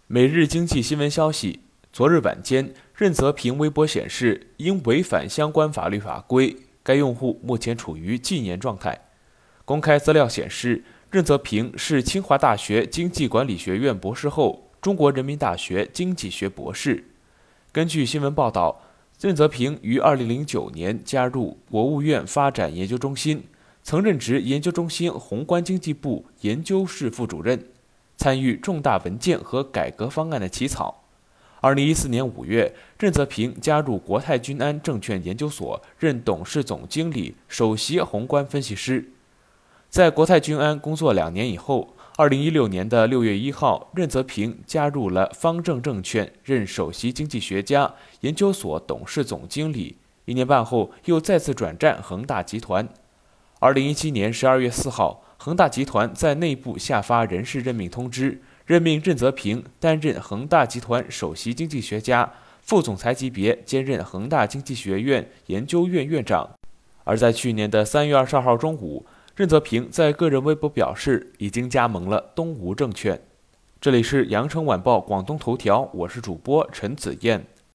每日经济新闻消息，昨日晚间，任泽平微博显示，因违反相关法律法规，该用户目前处于禁言状态。公开资料显示，任泽平是清华大学经济管理学院博士后，中国人民大学经济学博士。根据新闻报道，任泽平于2009年加入国务院发展研究中心，曾任职研究中心宏观经济部研究室副主任。参与重大文件和改革方案的起草。2014年5月，任泽平加入国泰君安证券研究所，任董事总经理、首席宏观分析师。在国泰君安工作2年以后，2016年6月1号，任泽平加入了方正证券，任首席经济学家、研究所董事总经理。1年半后，又再次转战恒大集团。2017年12月4号，恒大集团在内部下发人事任命通知，任命任泽平担任恒大集团首席经济学家，副总裁级别兼任恒大经济学院研究院院长。而在去年3月22号中午，任泽平在个人微博表示，已经加盟了东吴证券。这里是羊城晚报广东头条，我是主播陈子燕。